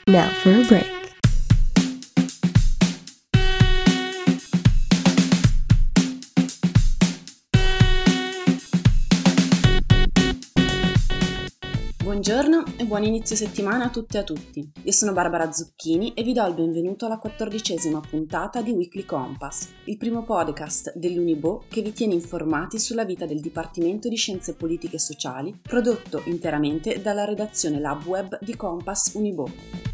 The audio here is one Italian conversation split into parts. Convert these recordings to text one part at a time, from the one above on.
Now for a break. Buongiorno e buon inizio settimana a tutte e a tutti. Io sono Barbara Zucchini e vi do il benvenuto alla 14ª puntata di Weekly Compass, il primo podcast dell'Unibo che vi tiene informati sulla vita del Dipartimento di Scienze Politiche e Sociali, prodotto interamente dalla redazione Lab Web di Compass Unibo.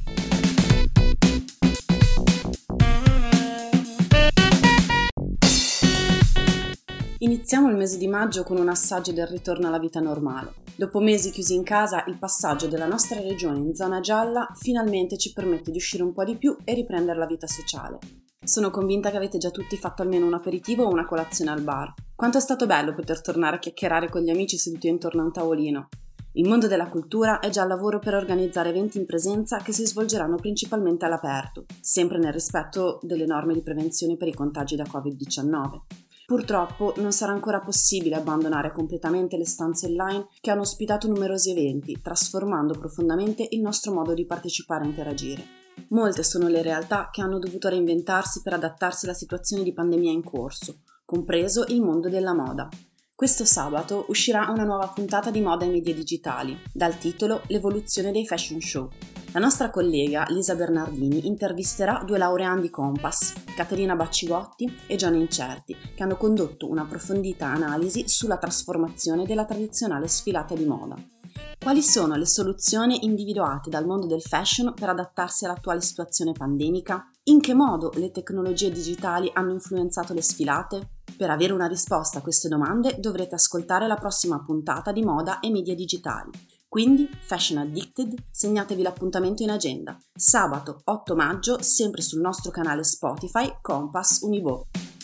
Iniziamo il mese di maggio con un assaggio del ritorno alla vita normale. Dopo mesi chiusi in casa, il passaggio della nostra regione in zona gialla finalmente ci permette di uscire un po' di più e riprendere la vita sociale. Sono convinta che avete già tutti fatto almeno un aperitivo o una colazione al bar. Quanto è stato bello poter tornare a chiacchierare con gli amici seduti intorno a un tavolino. Il mondo della cultura è già al lavoro per organizzare eventi in presenza che si svolgeranno principalmente all'aperto, sempre nel rispetto delle norme di prevenzione per i contagi da Covid-19. Purtroppo non sarà ancora possibile abbandonare completamente le stanze online che hanno ospitato numerosi eventi, trasformando profondamente il nostro modo di partecipare e interagire. Molte sono le realtà che hanno dovuto reinventarsi per adattarsi alla situazione di pandemia in corso, compreso il mondo della moda. Questo sabato uscirà una nuova puntata di Moda e Media Digitali, dal titolo L'evoluzione dei fashion show. La nostra collega Lisa Bernardini intervisterà due laureandi Compass, Caterina Baccigotti e Gianni Incerti, che hanno condotto un'approfondita analisi sulla trasformazione della tradizionale sfilata di moda. Quali sono le soluzioni individuate dal mondo del fashion per adattarsi all'attuale situazione pandemica? In che modo le tecnologie digitali hanno influenzato le sfilate? Per avere una risposta a queste domande dovrete ascoltare la prossima puntata di Moda e Media Digitali. Quindi, Fashion Addicted, segnatevi l'appuntamento in agenda. Sabato 8 maggio, sempre sul nostro canale Spotify Compass Unibo.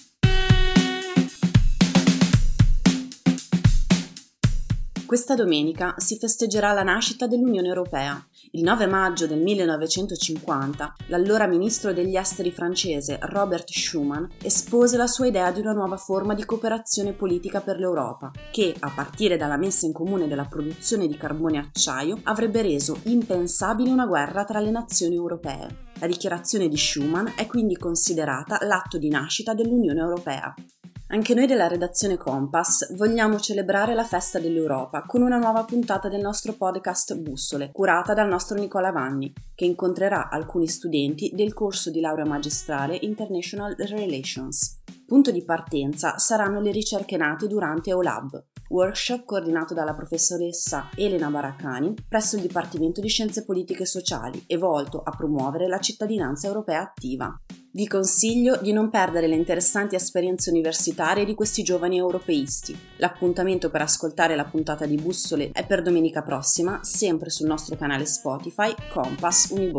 Questa domenica si festeggerà la nascita dell'Unione Europea. Il 9 maggio del 1950, l'allora ministro degli esteri francese Robert Schuman espose la sua idea di una nuova forma di cooperazione politica per l'Europa, che, a partire dalla messa in comune della produzione di carbone e acciaio, avrebbe reso impensabile una guerra tra le nazioni europee. La dichiarazione di Schuman è quindi considerata l'atto di nascita dell'Unione Europea. Anche noi della redazione Compass vogliamo celebrare la festa dell'Europa con una nuova puntata del nostro podcast Bussole, curata dal nostro Nicola Vanni, che incontrerà alcuni studenti del corso di laurea magistrale International Relations. Punto di partenza saranno le ricerche nate durante EULAB, workshop coordinato dalla professoressa Elena Baracani presso il Dipartimento di Scienze Politiche e Sociali e volto a promuovere la cittadinanza europea attiva. Vi consiglio di non perdere le interessanti esperienze universitarie di questi giovani europeisti. L'appuntamento per ascoltare la puntata di Bussole è per domenica prossima, sempre sul nostro canale Spotify Compass Unibo.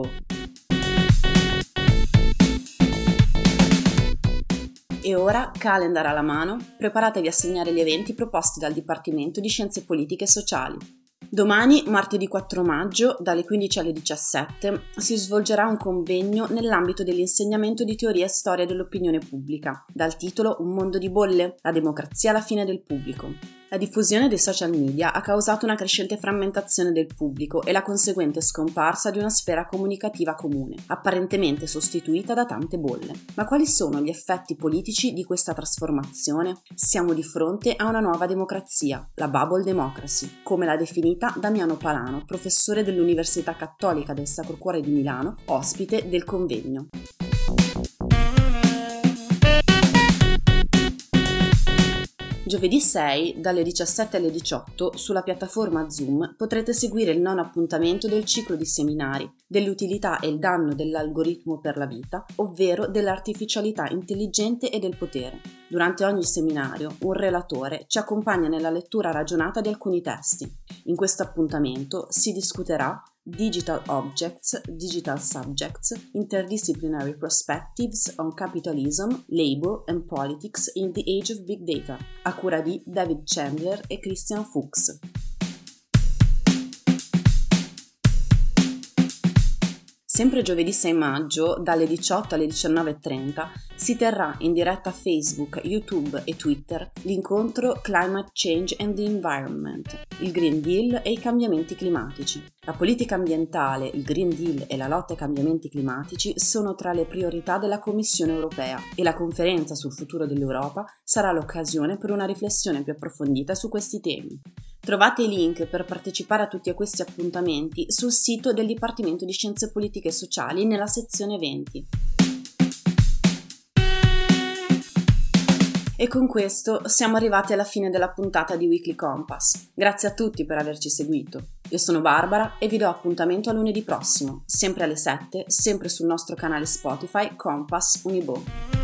E ora, calendar alla mano, preparatevi a segnare gli eventi proposti dal Dipartimento di Scienze Politiche e Sociali. Domani, martedì 4 maggio, dalle 15 alle 17, si svolgerà un convegno nell'ambito dell'insegnamento di teoria e storia dell'opinione pubblica, dal titolo Un mondo di bolle? La democrazia alla fine del pubblico. La diffusione dei social media ha causato una crescente frammentazione del pubblico e la conseguente scomparsa di una sfera comunicativa comune, apparentemente sostituita da tante bolle. Ma quali sono gli effetti politici di questa trasformazione? Siamo di fronte a una nuova democrazia, la Bubble Democracy, come l'ha definita Damiano Palano, professore dell'Università Cattolica del Sacro Cuore di Milano, ospite del convegno. Giovedì 6, dalle 17 alle 18, sulla piattaforma Zoom potrete seguire il nono appuntamento del ciclo di seminari dell'utilità e il danno dell'algoritmo per la vita, ovvero dell'artificialità intelligente e del potere. Durante ogni seminario, un relatore ci accompagna nella lettura ragionata di alcuni testi. In questo appuntamento si discuterà Digital Objects, Digital Subjects, Interdisciplinary Perspectives on Capitalism, Labor and Politics in the Age of Big Data, a cura di David Chandler e Christian Fuchs. Sempre giovedì 6 maggio, dalle 18 alle 19:30, si terrà in diretta Facebook, YouTube e Twitter l'incontro Climate Change and the Environment, il Green Deal e i cambiamenti climatici. La politica ambientale, il Green Deal e la lotta ai cambiamenti climatici sono tra le priorità della Commissione europea e la conferenza sul futuro dell'Europa sarà l'occasione per una riflessione più approfondita su questi temi. Trovate i link per partecipare a tutti questi appuntamenti sul sito del Dipartimento di Scienze Politiche e Sociali nella sezione eventi. E con questo siamo arrivati alla fine della puntata di Weekly Compass. Grazie a tutti per averci seguito. Io sono Barbara e vi do appuntamento a lunedì prossimo, sempre alle 7, sempre sul nostro canale Spotify Compass Unibo.